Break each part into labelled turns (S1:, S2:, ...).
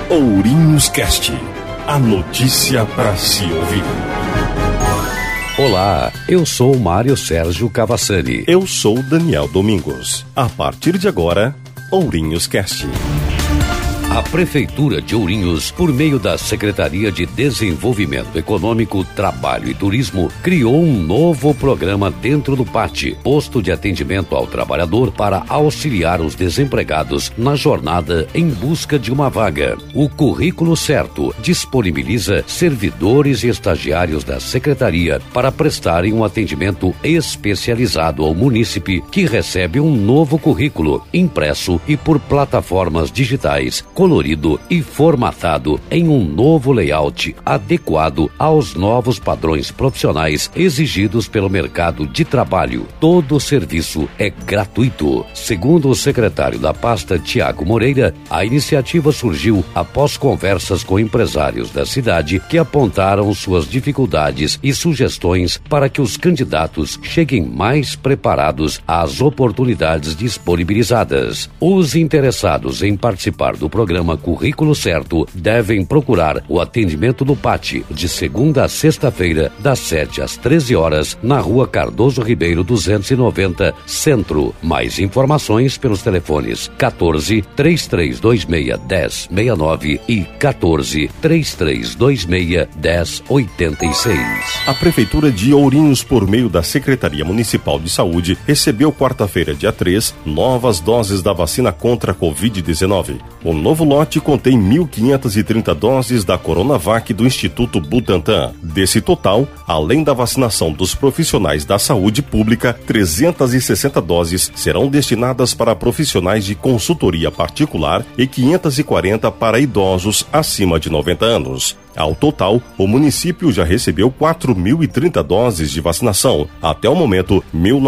S1: Ourinhos Cast, a notícia para se ouvir.
S2: Olá, eu sou Mário Sérgio Cavassani.
S1: Eu sou Daniel Domingos. A partir de agora, Ourinhos Cast.
S2: A Prefeitura de Ourinhos, por meio da Secretaria de Desenvolvimento Econômico, Trabalho e Turismo, criou um novo programa dentro do PAT, Posto de Atendimento ao Trabalhador, para auxiliar os desempregados na jornada em busca de uma vaga. O Currículo Certo disponibiliza servidores e estagiários da Secretaria para prestarem um atendimento especializado ao munícipe que recebe um novo currículo, impresso e por plataformas digitais, colorido e formatado em um novo layout adequado aos novos padrões profissionais exigidos pelo mercado de trabalho. Todo o serviço é gratuito. Segundo o secretário da pasta, Tiago Moreira, a iniciativa surgiu após conversas com empresários da cidade que apontaram suas dificuldades e sugestões para que os candidatos cheguem mais preparados às oportunidades disponibilizadas. Os interessados em participar do programa Currículo Certo devem procurar o atendimento do PAT de segunda a sexta-feira, das 7 às 13 horas, na Rua Cardoso Ribeiro 290, Centro. Mais informações pelos telefones 14 3326 1069 e 14 3326 1086.
S1: A Prefeitura de Ourinhos, por meio da Secretaria Municipal de Saúde, recebeu quarta-feira, dia 3, novas doses da vacina contra a Covid-19. O novo lote contém 1.530 doses da Coronavac do Instituto Butantan. Desse total, além da vacinação dos profissionais da saúde pública, 360 doses serão destinadas para profissionais de consultoria particular e 540 para idosos acima de 90 anos. Ao total, o município já recebeu 4.030 doses de vacinação. Até o momento,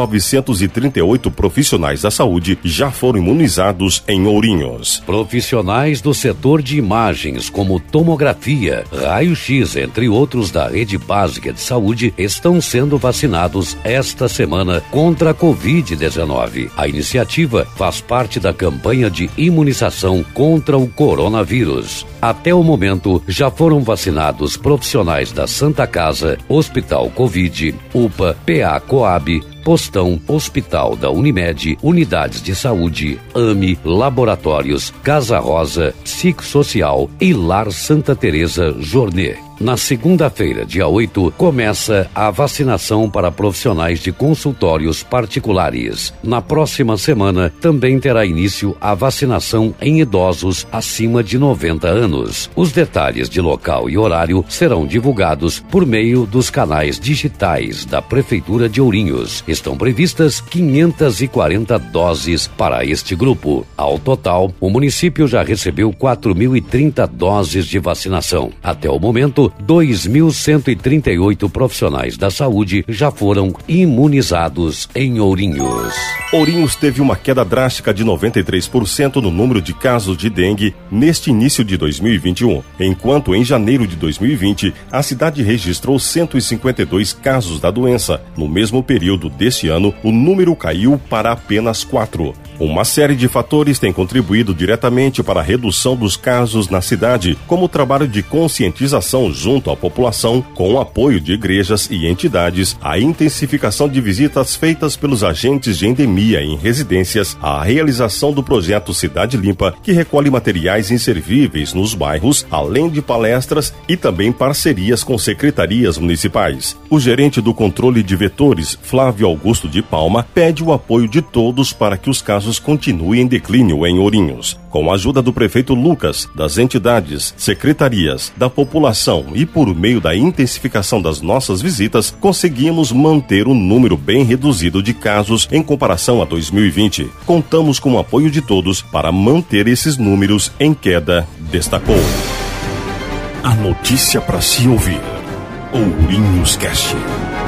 S1: 1.938 profissionais da saúde já foram imunizados em Ourinhos.
S2: Profissionais do setor de imagens, como tomografia, raio-x, entre outros da rede básica de saúde, estão sendo vacinados esta semana contra a Covid-19. A iniciativa faz parte da campanha de imunização contra o coronavírus. Até o momento, já foram vacinados profissionais da Santa Casa, Hospital Covid, UPA, PA Coab, Postão, Hospital da Unimed, Unidades de Saúde, AME, Laboratórios, Casa Rosa, Psicossocial e Lar Santa Teresa Jornet. Na segunda-feira, dia 8, começa a vacinação para profissionais de consultórios particulares. Na próxima semana, também terá início a vacinação em idosos acima de 90 anos. Os detalhes de local e horário serão divulgados por meio dos canais digitais da Prefeitura de Ourinhos. Estão previstas 540 doses para este grupo. Ao total, o município já recebeu 4.030 doses de vacinação. Até o momento, 2.138 profissionais da saúde já foram imunizados em Ourinhos.
S1: Ourinhos teve uma queda drástica de 93% no número de casos de dengue neste início de 2021, enquanto em janeiro de 2020 a cidade registrou 152 casos da doença. No mesmo período deste ano, o número caiu para apenas 4. Uma série de fatores tem contribuído diretamente para a redução dos casos na cidade, como o trabalho de conscientização junto à população, com o apoio de igrejas e entidades, a intensificação de visitas feitas pelos agentes de endemia em residências, a realização do projeto Cidade Limpa, que recolhe materiais inservíveis nos bairros, além de palestras e também parcerias com secretarias municipais. O gerente do controle de vetores, Flávio Augusto de Palma, pede o apoio de todos para que os casos continuem em declínio em Ourinhos. Com a ajuda do prefeito Lucas, das entidades, secretarias, da população e por meio da intensificação das nossas visitas, conseguimos manter um número bem reduzido de casos em comparação a 2020. Contamos com o apoio de todos para manter esses números em queda, destacou. A notícia para se ouvir. Ourinhos Cast.